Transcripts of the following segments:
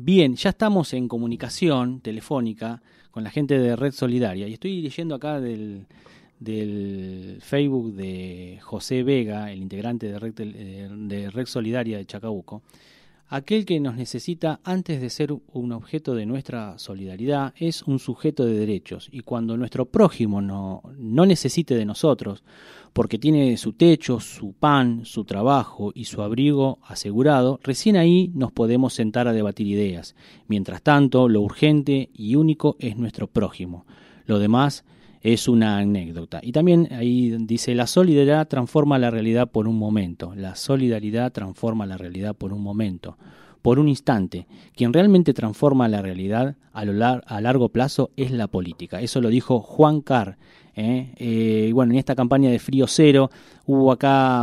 Bien, ya estamos en comunicación telefónica con la gente de Red Solidaria y estoy leyendo acá del Facebook de José Vega, el integrante de Red Solidaria de Chacabuco. Aquel que nos necesita antes de ser un objeto de nuestra solidaridad es un sujeto de derechos, y cuando nuestro prójimo no necesite de nosotros porque tiene su techo, su pan, su trabajo y su abrigo asegurado, recién ahí nos podemos sentar a debatir ideas. Mientras tanto, lo urgente y único es nuestro prójimo. Lo demás es una anécdota. Y también ahí dice, la solidaridad transforma la realidad por un momento. La solidaridad transforma la realidad por un momento, por un instante. Quien realmente transforma la realidad a largo plazo es la política. Eso lo dijo Juan Carr. Y bueno, en esta campaña de Frío Cero hubo acá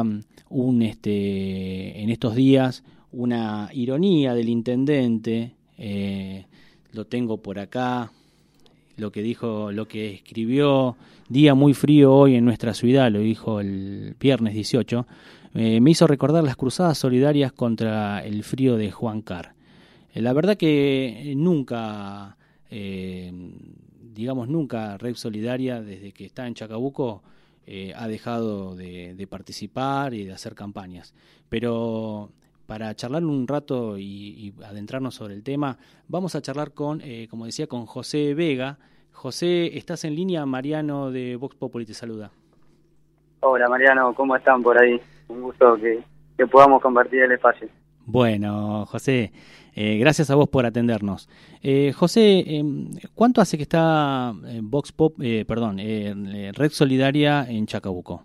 en estos días una ironía del intendente. Lo tengo por acá. Lo que dijo, lo que escribió, día muy frío hoy en nuestra ciudad, lo dijo el viernes 18, me hizo recordar las cruzadas solidarias contra el frío de Juan Carr. La verdad que nunca Red Solidaria, desde que está en Chacabuco, ha dejado de participar y de hacer campañas. Pero para charlar un rato y adentrarnos sobre el tema, vamos a charlar con, como decía, con José Vega. José, ¿estás en línea? Mariano de Vox Populi te saluda. Hola Mariano, ¿cómo están por ahí? Un gusto que podamos compartir el espacio. Bueno, José, gracias a vos por atendernos. José, ¿cuánto hace que está Red Solidaria en Chacabuco?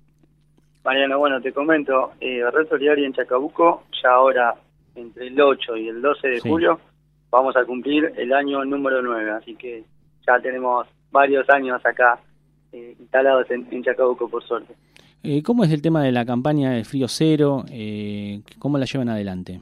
Mariano, bueno, te comento, Red Solidaria en Chacabuco, ya ahora entre el 8 y el 12 de julio, vamos a cumplir el año número 9, así que ya tenemos varios años acá instalados en Chacabuco, por suerte. ¿Cómo es el tema de la campaña de Frío Cero? ¿Cómo la llevan adelante?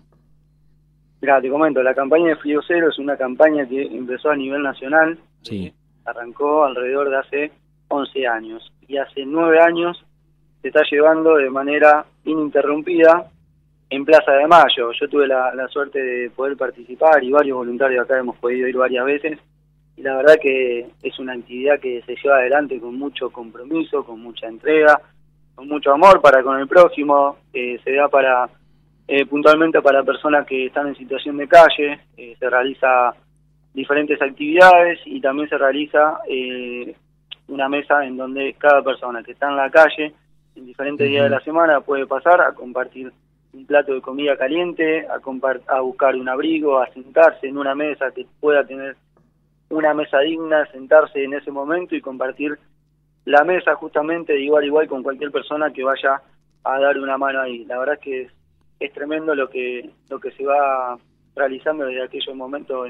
Mirá, te comento, la campaña de Frío Cero es una campaña que empezó a nivel nacional, arrancó alrededor de hace 11 años, y hace 9 años se está llevando de manera ininterrumpida en Plaza de Mayo. Yo tuve la suerte de poder participar y varios voluntarios acá hemos podido ir varias veces, y la verdad que es una actividad que se lleva adelante con mucho compromiso, con mucha entrega, con mucho amor para con el prójimo. Se da para puntualmente para personas que están en situación de calle. Se realiza diferentes actividades y también se realiza una mesa en donde cada persona que está en la calle en diferentes días de la semana puede pasar a compartir un plato de comida caliente, a buscar un abrigo, a sentarse en una mesa que pueda tener una mesa digna, sentarse en ese momento y compartir la mesa justamente de igual a igual con cualquier persona que vaya a dar una mano ahí. La verdad es que es tremendo lo que se va realizando desde aquellos momentos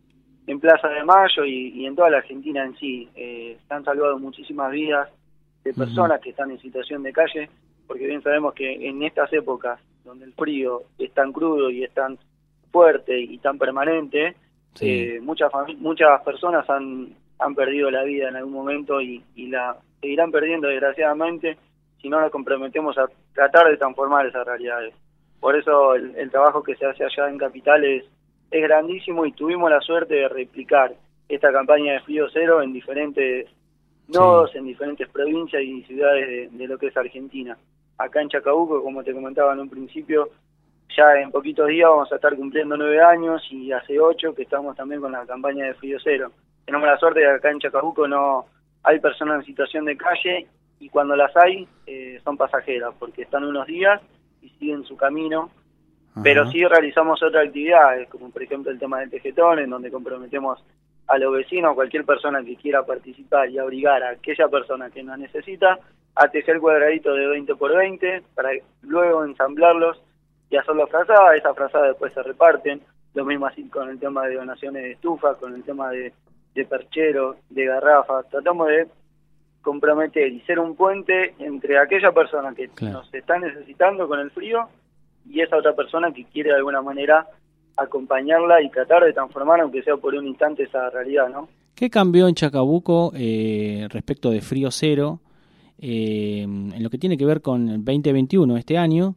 en Plaza de Mayo y en toda la Argentina en sí. Se han salvado muchísimas vidas de personas que están en situación de calle, porque bien sabemos que en estas épocas donde el frío es tan crudo y es tan fuerte y tan permanente, muchas personas han perdido la vida en algún momento y la seguirán perdiendo desgraciadamente si no nos comprometemos a tratar de transformar esas realidades. Por eso el trabajo que se hace allá en Capital es grandísimo, y tuvimos la suerte de replicar esta campaña de Frío Cero en diferentes nodos, en diferentes provincias y ciudades de lo que es Argentina. Acá en Chacabuco, como te comentaba en un principio, ya en poquitos días vamos a estar cumpliendo 9 años, y hace 8 que estamos también con la campaña de Frío Cero. Tenemos la suerte de que acá en Chacabuco no hay personas en situación de calle, y cuando las hay son pasajeras, porque están unos días y siguen su camino. Pero sí realizamos otras actividades, como por ejemplo el tema del tejetón, en donde comprometemos a los vecinos, cualquier persona que quiera participar y abrigar a aquella persona que nos necesita, a tejer cuadraditos de 20 por 20 para luego ensamblarlos y hacerlos frazadas. Esas frazadas después se reparten. Lo mismo así con el tema de donaciones de estufas, con el tema de percheros, de garrafas. Tratamos de comprometer y ser un puente entre aquella persona que nos está necesitando con el frío y esa otra persona que quiere de alguna manera acompañarla y tratar de transformar, aunque sea por un instante, esa realidad, ¿no? ¿Qué cambió en Chacabuco respecto de Frío Cero en lo que tiene que ver con el 2021, este año,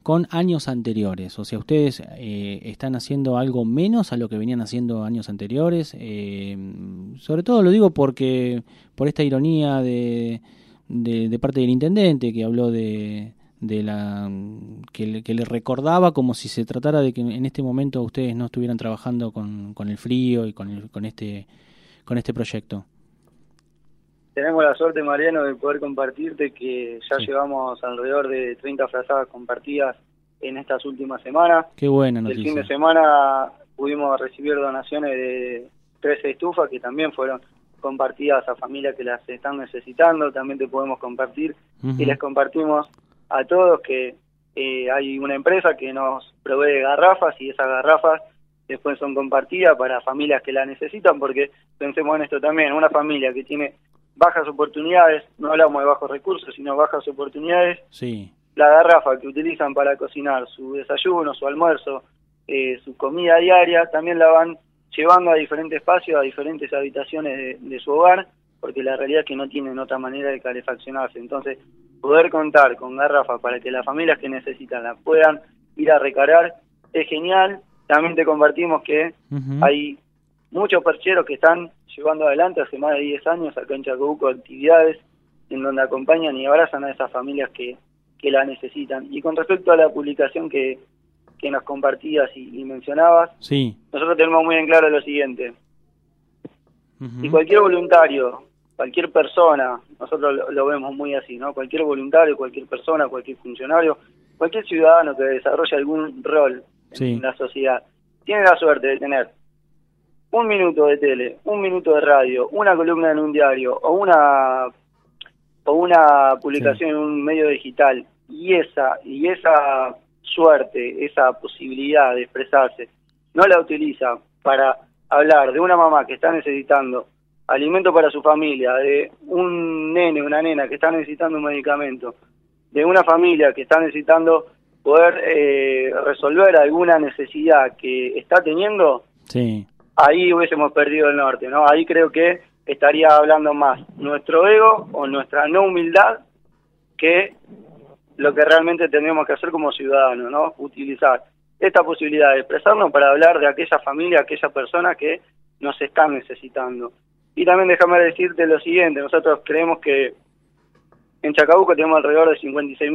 con años anteriores. O sea, ustedes están haciendo algo menos a lo que venían haciendo años anteriores. Sobre todo lo digo porque por esta ironía de parte del intendente que habló de la que le recordaba como si se tratara de que en este momento ustedes no estuvieran trabajando con el frío y con este proyecto. Tenemos la suerte, Mariano, de poder compartirte que ya llevamos alrededor de 30 frazadas compartidas en estas últimas semanas. Qué buena noticia. El fin de semana pudimos recibir donaciones de 13 estufas que también fueron compartidas a familias que las están necesitando. También te podemos compartir y les compartimos a todos que hay una empresa que nos provee garrafas y esas garrafas después son compartidas para familias que la necesitan, porque pensemos en esto también, una familia que tiene bajas oportunidades, no hablamos de bajos recursos, sino bajas oportunidades, sí. La garrafa que utilizan para cocinar su desayuno, su almuerzo, su comida diaria, también la van llevando a diferentes espacios, a diferentes habitaciones de su hogar, porque la realidad es que no tienen otra manera de calefaccionarse. Entonces, poder contar con garrafas para que las familias que necesitan las puedan ir a recargar es genial. También te compartimos que hay muchos percheros que están llevando adelante hace más de 10 años acá en Chacabuco actividades en donde acompañan y abrazan a esas familias que la necesitan. Y con respecto a la publicación que nos compartías y mencionabas, sí. Nosotros tenemos muy en claro lo siguiente. Si cualquier voluntario, cualquier persona, nosotros lo vemos muy así, ¿no? Cualquier voluntario, cualquier persona, cualquier funcionario, cualquier ciudadano que desarrolle algún rol en la sociedad, tiene la suerte de tener un minuto de tele, un minuto de radio, una columna en un diario o una publicación en un medio digital, y esa suerte, esa posibilidad de expresarse, no la utiliza para hablar de una mamá que está necesitando alimento para su familia, de un nene, una nena que está necesitando un medicamento, de una familia que está necesitando poder resolver alguna necesidad que está teniendo, ahí hubiésemos perdido el norte, ¿no? Ahí creo que estaría hablando más nuestro ego o nuestra no humildad que lo que realmente tendríamos que hacer como ciudadanos, ¿no? Utilizar esta posibilidad de expresarnos para hablar de aquella familia, aquella persona que nos están necesitando. Y también déjame decirte lo siguiente, nosotros creemos que en Chacabuco tenemos alrededor de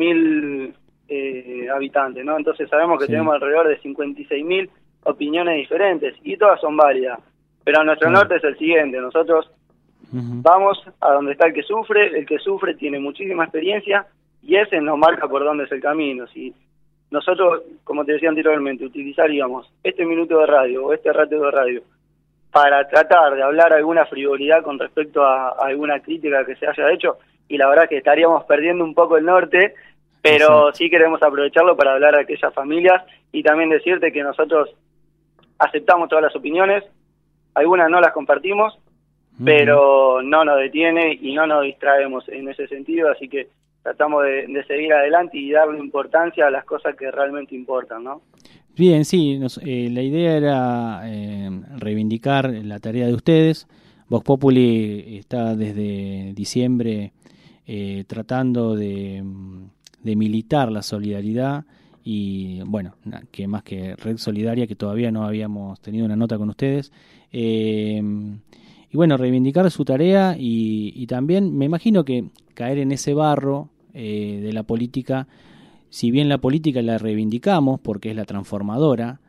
56.000 habitantes, ¿no? Entonces sabemos que tenemos alrededor de 56.000 opiniones diferentes y todas son válidas. Pero nuestro norte es el siguiente, nosotros vamos a donde está el que sufre tiene muchísima experiencia y ese nos marca por dónde es el camino. Si nosotros, como te decía anteriormente, utilizaríamos este minuto de radio o este rato de radio para tratar de hablar alguna frivolidad con respecto a alguna crítica que se haya hecho, y la verdad que estaríamos perdiendo un poco el norte, pero sí queremos aprovecharlo para hablar a aquellas familias y también decirte que nosotros aceptamos todas las opiniones, algunas no las compartimos, pero no nos detiene y no nos distraemos en ese sentido, así que tratamos de seguir adelante y darle importancia a las cosas que realmente importan, ¿no? Bien, sí, la idea era reivindicar la tarea de ustedes. Vox Populi está desde diciembre tratando de militar la solidaridad y, bueno, que más que Red Solidaria, que todavía no habíamos tenido una nota con ustedes. Y bueno, reivindicar su tarea y también me imagino que caer en ese barro de la política, si bien la política la reivindicamos porque es la transformadora,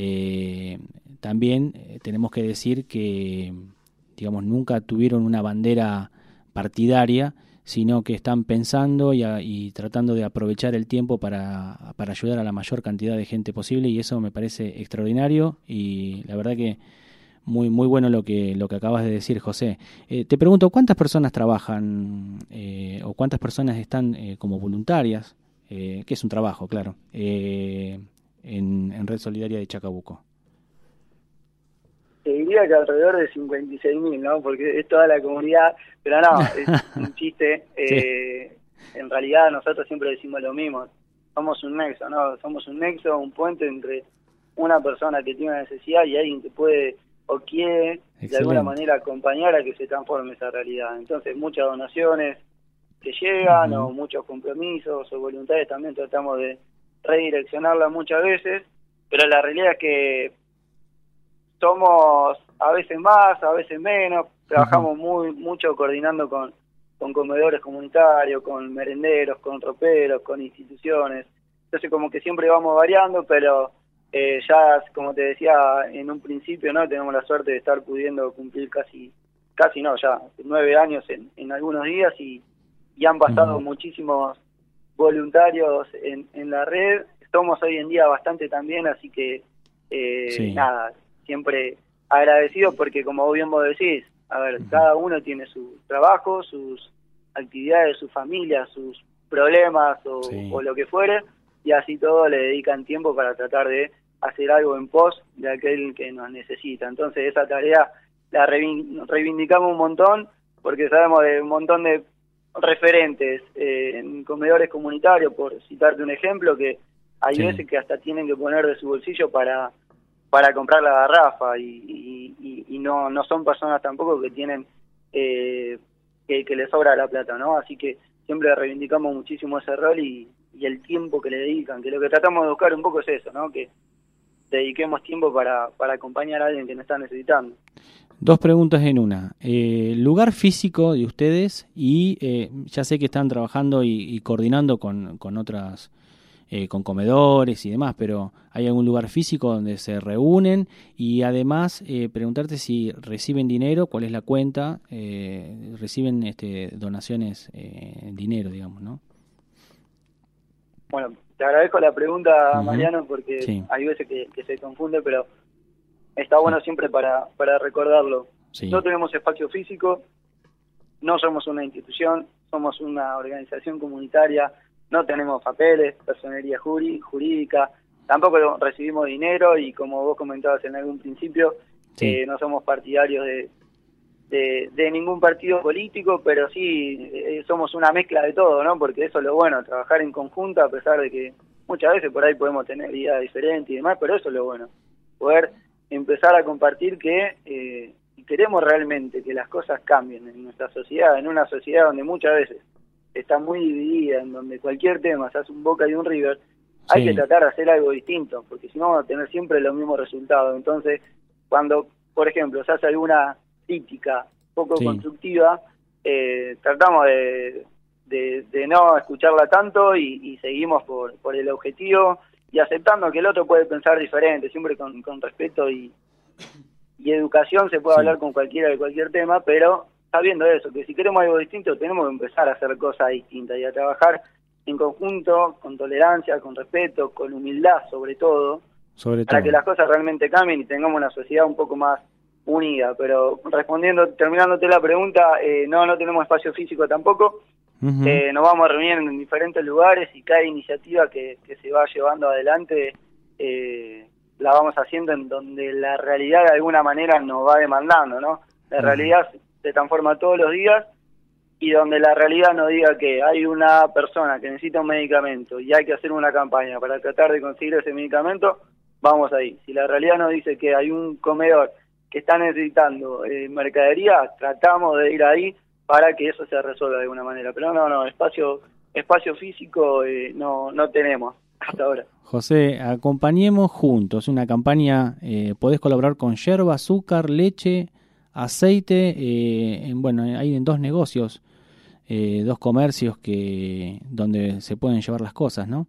también tenemos que decir que, digamos, nunca tuvieron una bandera partidaria, sino que están pensando y tratando de aprovechar el tiempo para ayudar a la mayor cantidad de gente posible, y eso me parece extraordinario y la verdad que muy muy bueno lo que acabas de decir, José. Te pregunto, ¿cuántas personas trabajan o cuántas personas están como voluntarias, que es un trabajo, claro, en Red Solidaria de Chacabuco? Te diría que alrededor de 56.000, ¿no? Porque es toda la comunidad, pero no, es un chiste. En realidad nosotros siempre decimos lo mismo, somos un nexo, ¿no? Somos un nexo, un puente entre una persona que tiene una necesidad y alguien que puede o quiere de alguna manera acompañar a que se transforme esa realidad. Entonces muchas donaciones que llegan o muchos compromisos o voluntades también tratamos de redireccionarla muchas veces, pero la realidad es que somos a veces más, a veces menos, trabajamos mucho coordinando con comedores comunitarios, con merenderos, con roperos, con instituciones. Entonces como que siempre vamos variando, pero ya, como te decía en un principio, no tenemos la suerte de estar pudiendo cumplir casi no, ya 9 años en algunos días y han pasado muchísimos voluntarios en la red. Somos hoy en día bastante también, así que nada, siempre agradecidos porque como bien vos decís, a ver, cada uno tiene su trabajo, sus actividades, su familia, sus problemas o lo que fuere, y así todo le dedican tiempo para tratar de hacer algo en pos de aquel que nos necesita. Entonces esa tarea la reivindicamos un montón porque sabemos de un montón de referentes en comedores comunitarios, por citarte un ejemplo, que hay veces que hasta tienen que poner de su bolsillo para comprar la garrafa y no son personas tampoco que tienen que les sobra la plata, ¿no? Así que siempre reivindicamos muchísimo ese rol y el tiempo que le dedican, que lo que tratamos de buscar un poco es eso, ¿no? Que dediquemos tiempo para acompañar a alguien que nos está necesitando. 2 preguntas en una. Lugar físico de ustedes y ya sé que están trabajando y coordinando con otras, con comedores y demás, pero ¿hay algún lugar físico donde se reúnen? Y además preguntarte si reciben dinero, cuál es la cuenta, reciben donaciones en dinero, digamos, ¿no? Bueno, te agradezco la pregunta, Mariano, porque hay veces que se confunde, pero está bueno siempre para recordarlo. No tenemos espacio físico, no somos una institución, somos una organización comunitaria, no tenemos papeles, personería jurídica, tampoco recibimos dinero y como vos comentabas en algún principio, no somos partidarios de ningún partido político, pero sí somos una mezcla de todo, ¿no? Porque eso es lo bueno, trabajar en conjunto, a pesar de que muchas veces por ahí podemos tener ideas diferentes y demás, pero eso es lo bueno, poder empezar a compartir que queremos realmente que las cosas cambien en nuestra sociedad, en una sociedad donde muchas veces está muy dividida, en donde cualquier tema se hace un Boca y un River, hay que tratar de hacer algo distinto, porque si no vamos a tener siempre los mismos resultados. Entonces, cuando, por ejemplo, se hace alguna crítica poco constructiva, tratamos de no escucharla tanto y seguimos por el objetivo y aceptando que el otro puede pensar diferente, siempre con respeto y educación se puede hablar con cualquiera de cualquier tema, pero sabiendo eso, que si queremos algo distinto tenemos que empezar a hacer cosas distintas y a trabajar en conjunto, con tolerancia, con respeto, con humildad sobre todo, para que las cosas realmente cambien y tengamos una sociedad un poco más unida. Pero terminándote la pregunta, no tenemos espacio físico tampoco. Nos vamos a reunir en diferentes lugares y cada iniciativa que se va llevando adelante la vamos haciendo en donde la realidad de alguna manera nos va demandando, ¿no? La realidad se transforma todos los días y donde la realidad nos diga que hay una persona que necesita un medicamento y hay que hacer una campaña para tratar de conseguir ese medicamento, vamos ahí. Si la realidad nos dice que hay un comedor que está necesitando mercadería, tratamos de ir ahí para que eso se resuelva de alguna manera. Pero no, espacio físico no tenemos hasta ahora. José, acompañemos juntos una campaña, podés colaborar con yerba, azúcar, leche, aceite, hay en 2 negocios, 2 comercios donde se pueden llevar las cosas, ¿no?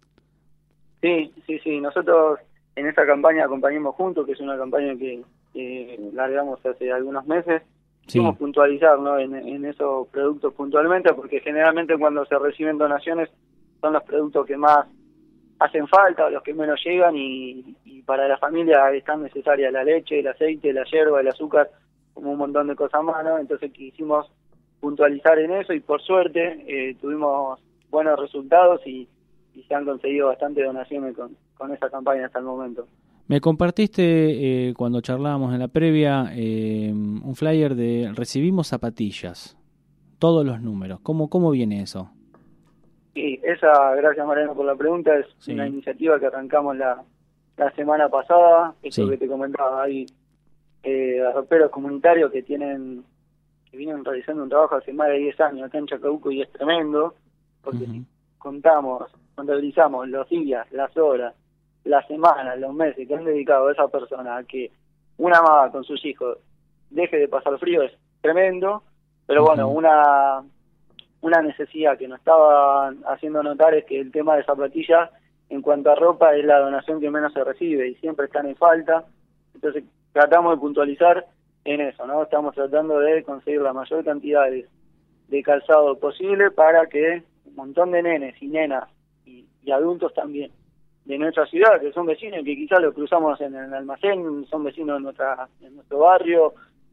Sí, nosotros en esta campaña acompañemos juntos, que es una campaña que largamos hace algunos meses. Quisimos puntualizar, ¿no? en esos productos puntualmente, porque generalmente cuando se reciben donaciones son los productos que más hacen falta, los que menos llegan y para la familia es tan necesaria la leche, el aceite, la yerba, el azúcar, como un montón de cosas más, ¿no? Entonces quisimos puntualizar en eso y por suerte tuvimos buenos resultados y se han conseguido bastantes donaciones con esa campaña hasta el momento. Me compartiste cuando charlábamos en la previa un flyer de recibimos zapatillas, todos los números. ¿Cómo viene eso? Sí, gracias Mariano por la pregunta, es una iniciativa que arrancamos la semana pasada, esto que te comentaba, hay roperos comunitarios que vienen realizando un trabajo hace más de 10 años acá en Chacabuco y es tremendo, porque si contamos contabilizamos los días, las horas, las semanas, los meses que han dedicado a esa persona a que una mamá con sus hijos deje de pasar frío, es tremendo, pero bueno, una necesidad que nos estaban haciendo notar es que el tema de zapatillas, en cuanto a ropa, es la donación que menos se recibe y siempre están en falta. Entonces tratamos de puntualizar en eso, ¿no? Estamos tratando de conseguir la mayor cantidad de calzado posible para que un montón de nenes y nenas y adultos también de nuestra ciudad, que son vecinos, que quizás los cruzamos en el almacén, son vecinos de nuestro barrio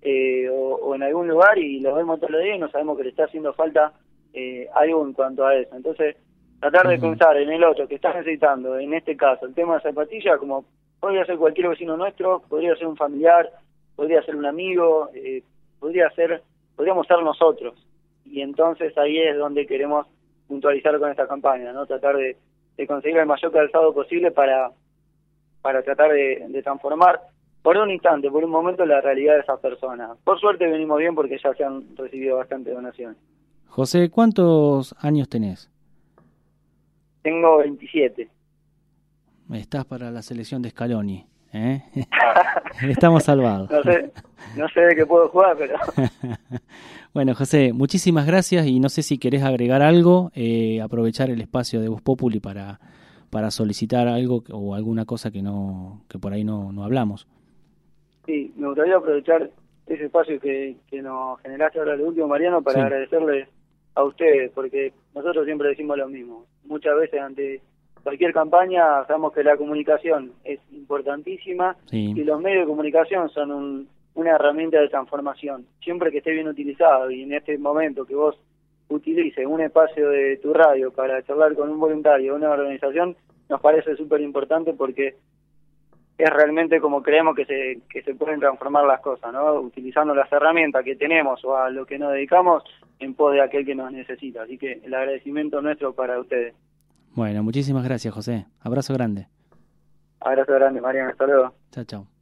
o en algún lugar y los vemos todos los días y no sabemos que le está haciendo falta algo en cuanto a eso. Entonces, tratar de pensar en el otro que está necesitando, en este caso, el tema de zapatillas, como podría ser cualquier vecino nuestro, podría ser un familiar, podría ser un amigo, podríamos ser nosotros. Y entonces ahí es donde queremos puntualizar con esta campaña, ¿no? Tratar de conseguir el mayor calzado posible para tratar de transformar por un instante, por un momento, la realidad de esas personas. Por suerte venimos bien porque ya se han recibido bastantes donaciones. José, ¿cuántos años tenés? Tengo 27. Estás para la selección de Scaloni, ¿eh? Estamos salvados. No sé de qué puedo jugar, pero... Bueno, José, muchísimas gracias y no sé si querés agregar algo, aprovechar el espacio de Voz Populi para solicitar algo o alguna cosa que por ahí no hablamos. Sí, me gustaría aprovechar ese espacio que nos generaste ahora de último, Mariano, para agradecerles a ustedes, porque nosotros siempre decimos lo mismo. Muchas veces ante cualquier campaña sabemos que la comunicación es importantísima y los medios de comunicación son una herramienta de transformación, siempre que esté bien utilizado. Y en este momento que vos utilices un espacio de tu radio para charlar con un voluntario o una organización, nos parece súper importante porque es realmente como creemos que se pueden transformar las cosas, ¿no? Utilizando las herramientas que tenemos o a lo que nos dedicamos en pos de aquel que nos necesita. Así que el agradecimiento nuestro para ustedes. Bueno, muchísimas gracias, José. Abrazo grande. Abrazo grande, Mariano. Hasta luego. Chao, chao.